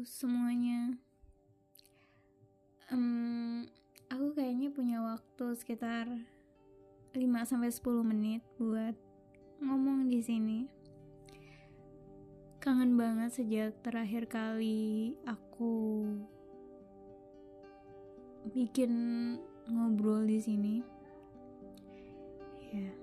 semuanya. Aku kayaknya punya waktu sekitar 5-10 menit buat ngomong di sini. Kangen banget sejak terakhir kali aku bikin ngobrol di sini. Ya.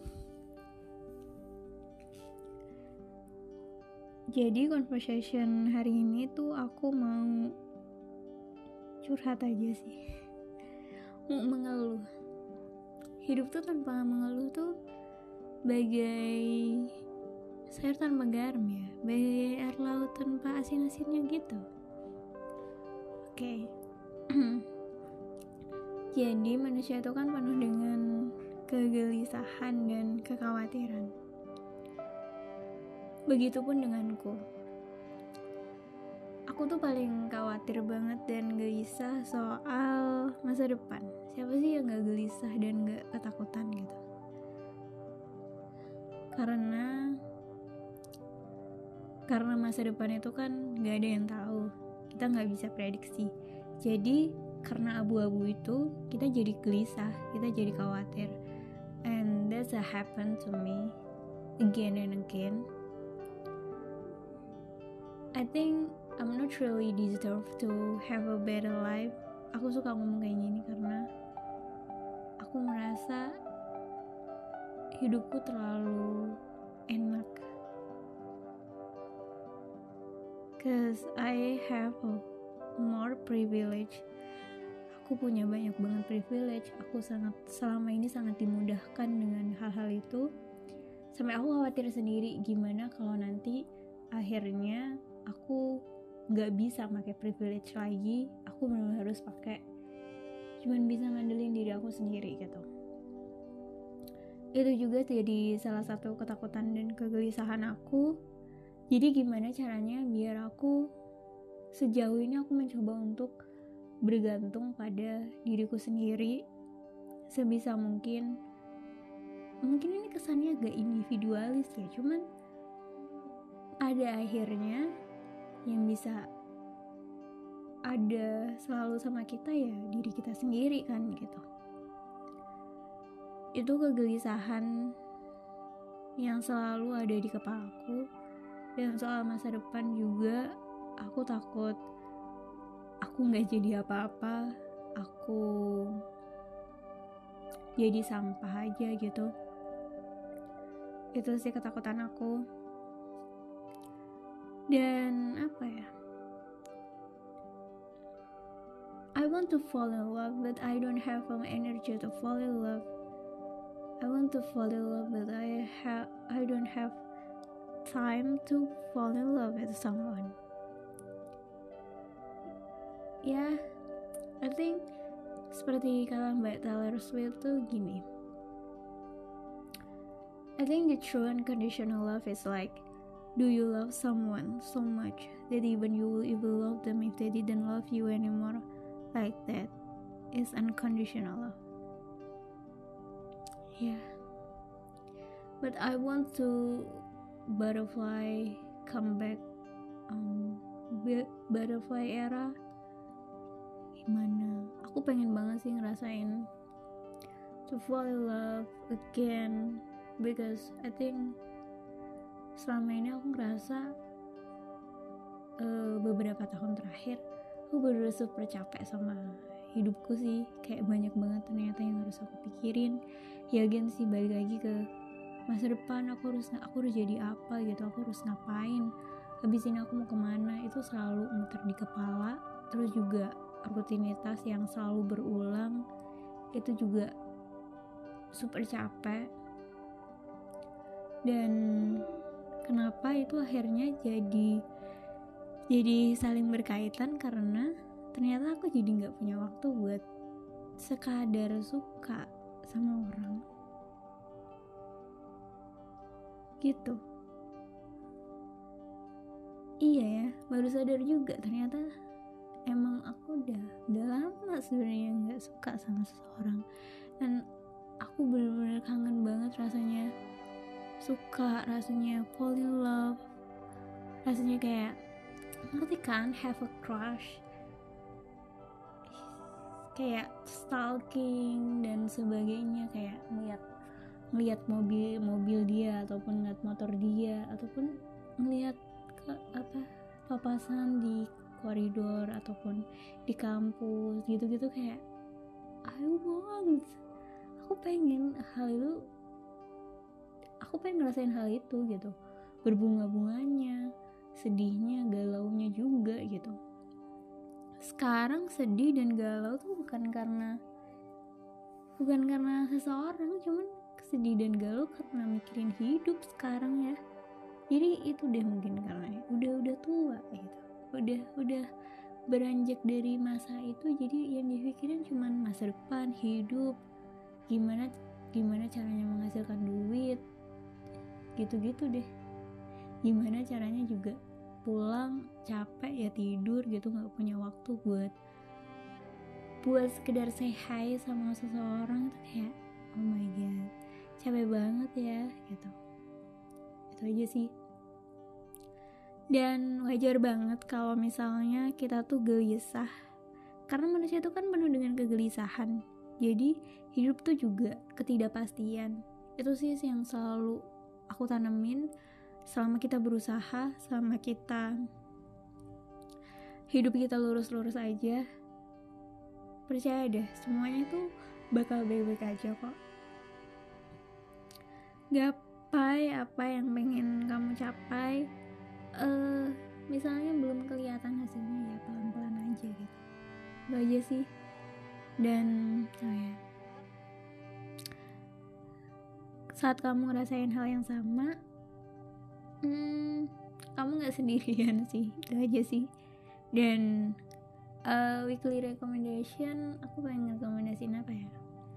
Jadi conversation hari ini tuh aku mau curhat aja sih. Mau mengeluh. Hidup tuh tanpa mengeluh tuh bagai sayur tanpa garam ya, bagai air laut tanpa asin-asinnya gitu. Oke. Jadi manusia itu kan penuh dengan kegelisahan dan kekhawatiran. Begitupun denganku. Aku tuh paling khawatir banget dan gelisah soal masa depan. Siapa sih yang gak gelisah dan gak ketakutan gitu? Karena masa depan itu kan gak ada yang tahu. Kita gak bisa prediksi. Jadi karena abu-abu itu kita jadi gelisah, kita jadi khawatir. And that's happened to me again and again. I think I'm not really deserve to have a better life. Aku suka ngomong kayak gini karena aku merasa hidupku terlalu enak. Cause I have more privilege. Aku punya banyak banget privilege. Aku selama ini sangat dimudahkan dengan hal-hal itu. Sampai aku khawatir sendiri gimana kalau nanti akhirnya aku gak bisa pakai privilege lagi. Aku benar-benar harus pakai, cuman bisa ngandelin diri aku sendiri gitu. Itu juga jadi salah satu ketakutan dan kegelisahan aku. Jadi gimana caranya biar aku sejauh ini aku mencoba untuk bergantung pada diriku sendiri sebisa mungkin. Mungkin ini kesannya agak individualis ya, cuman ada akhirnya yang bisa ada selalu sama kita ya diri kita sendiri kan gitu. Itu kegelisahan yang selalu ada di kepalaku. Dan soal masa depan juga aku takut aku gak jadi apa-apa, aku jadi sampah aja gitu. Itu sih ketakutan aku. Dan apa ya, I want to fall in love but I don't have energy to fall in love. I want to fall in love but I don't have time to fall in love with someone. Ya, I think seperti kata Mbak Taylor Swift tuh gini, I think the true unconditional love is like, do you love someone so much that even you will even love them if they didn't love you anymore? Like that is unconditional love. Yeah. But I want to butterfly come back, butterfly era. Gimana? Aku pengen banget sih ngerasain to fall in love again, because I think selama ini aku ngerasa beberapa tahun terakhir aku bener-bener super capek sama hidupku sih. Kayak banyak banget ternyata yang harus aku pikirin. Ya again sih, balik lagi ke masa depan, aku harus jadi apa gitu, aku harus ngapain, habis ini aku mau kemana, itu selalu muter di kepala. Terus juga rutinitas yang selalu berulang, itu juga super capek. Dan kenapa itu akhirnya jadi saling berkaitan, karena ternyata aku jadi gak punya waktu buat sekadar suka sama orang gitu. Iya ya, baru sadar juga ternyata emang aku udah lama sebenarnya gak suka sama seseorang. Dan aku bener-bener kangen banget rasanya suka, rasanya fall in love, rasanya kayak ngerti kan, have a crush, kayak stalking dan sebagainya, kayak ngeliat mobil dia ataupun ngeliat motor dia ataupun ngeliat ke papasan di koridor ataupun di kampus gitu-gitu, kayak aku pengen ngerasain hal itu gitu, berbunga-bunganya, sedihnya, galaunya juga gitu. Sekarang sedih dan galau tuh bukan karena seseorang, cuman sedih dan galau karena mikirin hidup sekarang ya. Jadi itu deh mungkin karena udah tua gitu, udah beranjak dari masa itu, jadi yang dipikirin cuman masa depan, hidup, gimana caranya menghasilkan duit, gitu-gitu deh. Gimana caranya juga pulang capek ya tidur gitu, nggak punya waktu buat sekedar say hi sama seseorang. Itu kayak oh my god, capek banget ya gitu. Itu aja sih. Dan wajar banget kalau misalnya kita tuh gelisah, karena manusia itu kan penuh dengan kegelisahan. Jadi hidup tuh juga ketidakpastian. Itu sih yang selalu aku tanemin selama kita berusaha, selama kita hidup kita lurus-lurus aja. Percaya deh, semuanya tuh bakal baik-baik aja kok. Gapai apa yang pengen kamu capai, misalnya belum kelihatan hasilnya, ya pelan-pelan aja gitu. Itu aja sih. Dan saat kamu ngerasain hal yang sama, kamu gak sendirian sih. Itu aja sih. Dan weekly recommendation, aku pengen rekomendasiin apa ya,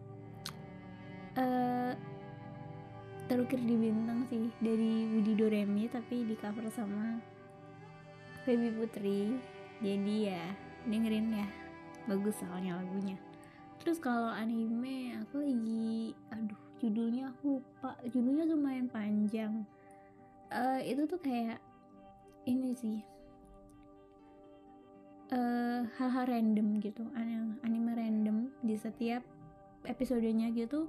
Terukir di Bintang sih, dari Budi Doremi tapi di cover sama Baby Putri. Jadi ya dengerin ya, bagus soalnya lagunya. Terus kalau anime, aku lagi judulnya aku lupa, judulnya lumayan panjang. Itu tuh kayak ini sih, hal-hal random gitu, anime random. Di setiap episodenya gitu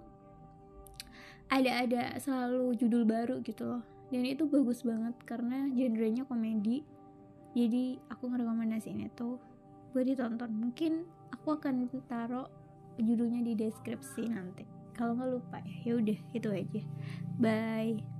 ada selalu judul baru gitu loh, dan itu bagus banget karena genrenya komedi. Jadi aku ngerekomendasiin itu buat ditonton. Mungkin aku akan taruh judulnya di deskripsi nanti kalau nggak lupa ya. Udah itu aja, bye.